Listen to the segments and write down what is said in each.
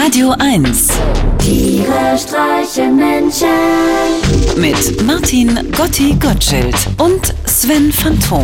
Radio 1. Tiere streichen Menschen. Mit Martin Gotti Gottschild und Sven Phantom.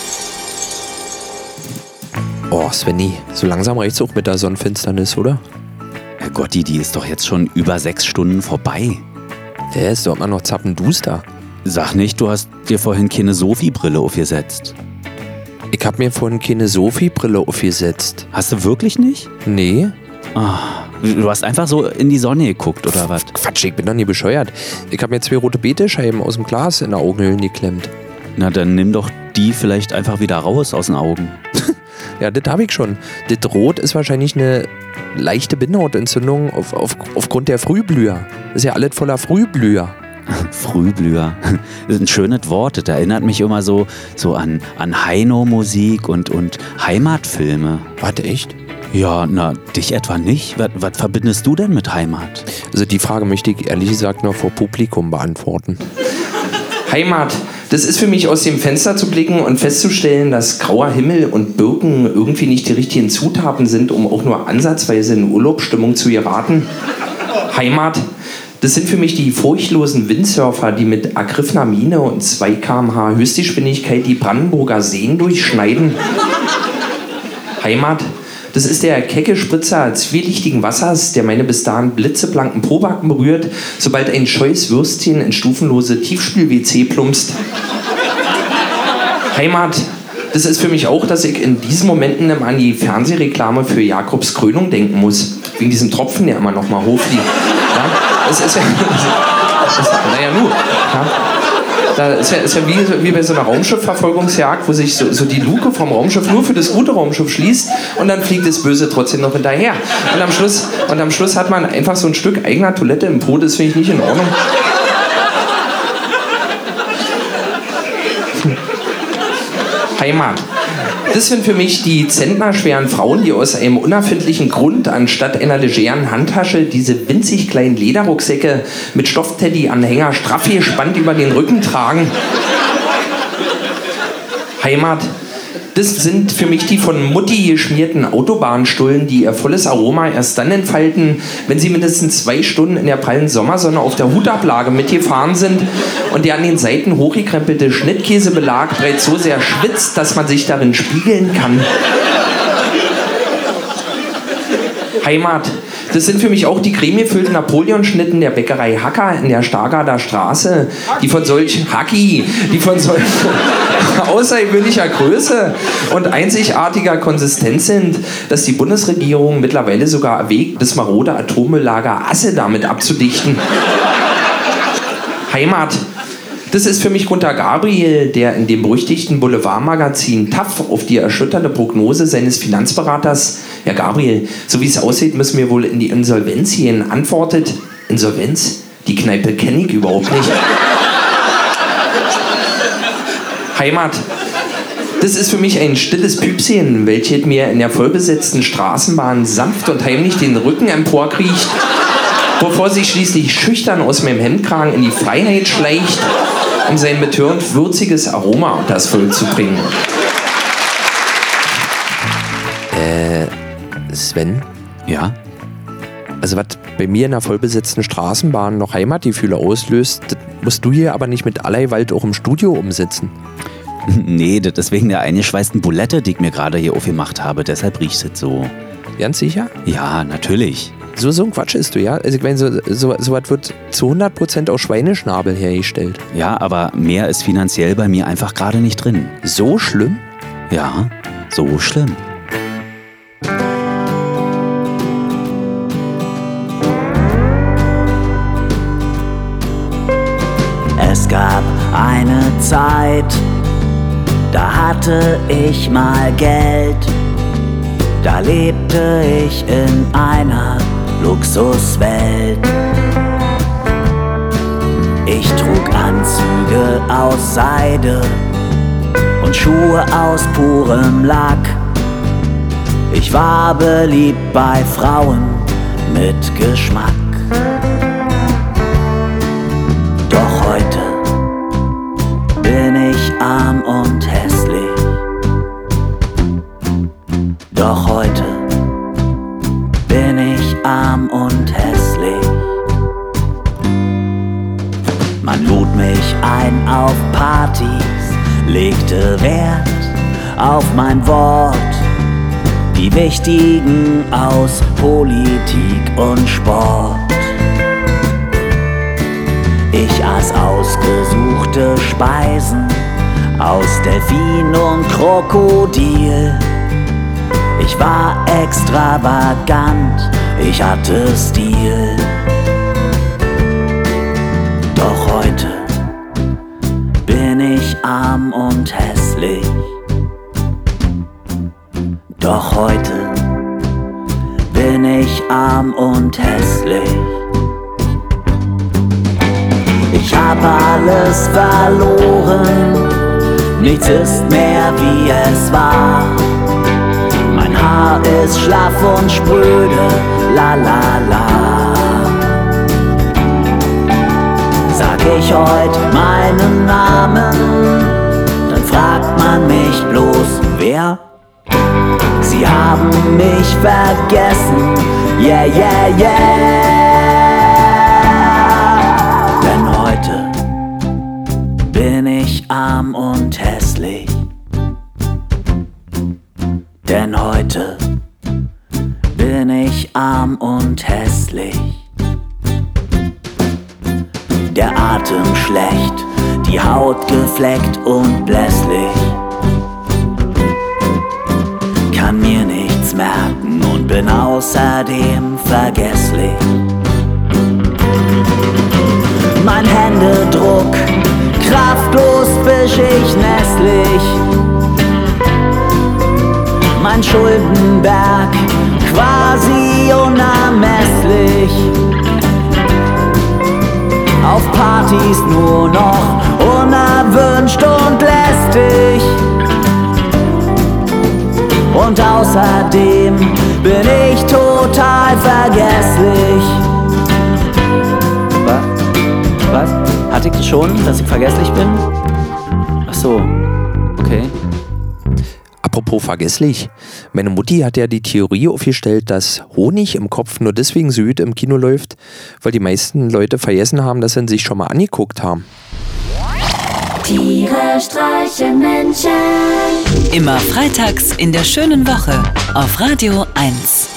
Oh, Svenny, so langsam reicht's auch mit der Sonnenfinsternis, oder? Herr Gotti, die ist doch jetzt schon über 6 Stunden vorbei. Der ist doch immer noch zappenduster. Sag nicht, du hast dir vorhin keine Sophie-Brille aufgesetzt. Ich hab mir vorhin keine Sophie-Brille aufgesetzt. Hast du wirklich nicht? Nee. Du hast einfach so in die Sonne geguckt, oder was? Quatsch, ich bin doch nie bescheuert. Ich hab mir 2 rote Betescheiben aus dem Glas in der Augenhöhlen geklemmt. Na, dann nimm doch die vielleicht einfach wieder raus aus den Augen. Ja, das hab ich schon. Das Rot ist wahrscheinlich eine leichte Bindehautentzündung aufgrund der Frühblüher. Das ist ja alles voller Frühblüher. Frühblüher. Das ist ein schönes Wort. Das erinnert mich immer so an Heino-Musik und Heimatfilme. Warte, echt? Ja, na, dich etwa nicht? Was verbindest du denn mit Heimat? Also die Frage möchte ich ehrlich gesagt noch vor Publikum beantworten. Heimat, das ist für mich aus dem Fenster zu blicken und festzustellen, dass grauer Himmel und Birken irgendwie nicht die richtigen Zutaten sind, um auch nur ansatzweise in Urlaubsstimmung zu geraten. Heimat, das sind für mich die furchtlosen Windsurfer, die mit ergriffener Miene und 2 km/h Höchstgeschwindigkeit die Brandenburger Seen durchschneiden. Heimat, das ist der kecke Spritzer zwielichtigen Wassers, der meine bis dahin blitzeblanken Probacken berührt, sobald ein scheues Würstchen in stufenlose Tiefspül-WC plumpst. Heimat, das ist für mich auch, dass ich in diesen Momenten immer an die Fernsehreklame für Jakobs Krönung denken muss. Wegen diesem Tropfen, der immer noch mal hochfliegt. Ja, das ist ja... naja, nur. Ja. Das ist ja wie bei so einer Raumschiffverfolgungsjagd, wo sich so die Luke vom Raumschiff nur für das gute Raumschiff schließt und dann fliegt das Böse trotzdem noch hinterher. Und am Schluss hat man einfach so ein Stück eigener Toilette im Po, das finde ich nicht in Ordnung. Heimat. Das sind für mich die zentnerschweren Frauen, die aus einem unerfindlichen Grund anstatt einer legeren Handtasche diese winzig kleinen Lederrucksäcke mit Stoffteddy-Anhänger straff gespannt über den Rücken tragen. Heimat. Das sind für mich die von Mutti geschmierten Autobahnstullen, die ihr volles Aroma erst dann entfalten, wenn sie mindestens 2 Stunden in der prallen Sommersonne auf der Hutablage mitgefahren sind und der an den Seiten hochgekrempelte Schnittkäsebelag bereits so sehr schwitzt, dass man sich darin spiegeln kann. Heimat. Das sind für mich auch die cremegefüllten Napoleon-Schnitten der Bäckerei Hacker in der Stargarder Straße, die von solch außergewöhnlicher Größe und einzigartiger Konsistenz sind, dass die Bundesregierung mittlerweile sogar erwägt, das marode Atommülllager Asse damit abzudichten. Heimat. Das ist für mich Gunter Gabriel, der in dem berüchtigten Boulevardmagazin TAF auf die erschütternde Prognose seines Finanzberaters, Herr Gabriel, so wie es aussieht, müssen wir wohl in die Insolvenz gehen, antwortet: Insolvenz? Die Kneipe kenne ich überhaupt nicht. Heimat. Das ist für mich ein stilles Püpschen, welches mir in der vollbesetzten Straßenbahn sanft und heimlich den Rücken emporkriecht, bevor sich schließlich schüchtern aus meinem Hemdkragen in die Freiheit schleicht, um sein betörend würziges Aroma unters Volk zu bringen. Sven? Ja? Also was bei mir in einer vollbesetzten Straßenbahn noch Heimatgefühle auslöst, das musst du hier aber nicht mit aller Gewalt auch im Studio umsetzen. Nee, das ist wegen der eingeschweißten Bulette, die ich mir gerade hier aufgemacht habe. Deshalb riecht es so. Ganz sicher? Ja, natürlich. So ein Quatsch ist du, ja? Also ich meine, so was wird zu 100% aus Schweineschnabel hergestellt. Ja, aber mehr ist finanziell bei mir einfach gerade nicht drin. So schlimm? Ja, so schlimm. Es gab eine Zeit, da hatte ich mal Geld. Da lebte ich in einer Luxuswelt. Ich trug Anzüge aus Seide und Schuhe aus purem Lack. Ich war beliebt bei Frauen mit Geschmack. Doch heute bin ich arm und hässlich. Doch heute bin ich arm und ein auf Partys, legte Wert auf mein Wort. Die wichtigen aus Politik und Sport. Ich aß ausgesuchte Speisen aus Delfin und Krokodil. Ich war extravagant, ich hatte Stil. Doch heute bin ich arm und hässlich. Doch heute bin ich arm und hässlich. Ich hab alles verloren, nichts ist mehr wie es war. Mein Haar ist schlaff und spröde, la la la. Sag ich heut meinen Namen, dann fragt man mich bloß, wer? Sie haben mich vergessen, yeah, yeah, yeah. Denn heute bin ich arm und hässlich. Denn heute bin ich arm und hässlich. Der Atem schlecht, die Haut gefleckt und blässlich. Kann mir nichts merken und bin außerdem vergesslich. Mein Händedruck, kraftlos fisch ich nässlich. Mein Schuldenberg, quasi unermesslich. Auf Partys nur noch unerwünscht und lästig. Und außerdem bin ich total vergesslich. Was? Hatte ich schon, dass ich vergesslich bin? Ach so, okay. Apropos vergesslich. Meine Mutti hat ja die Theorie aufgestellt, dass Honig im Kopf nur deswegen so gut im Kino läuft, weil die meisten Leute vergessen haben, dass sie ihn sich schon mal angeguckt haben. Tiere streichen Menschen. Immer freitags in der schönen Woche auf Radio 1.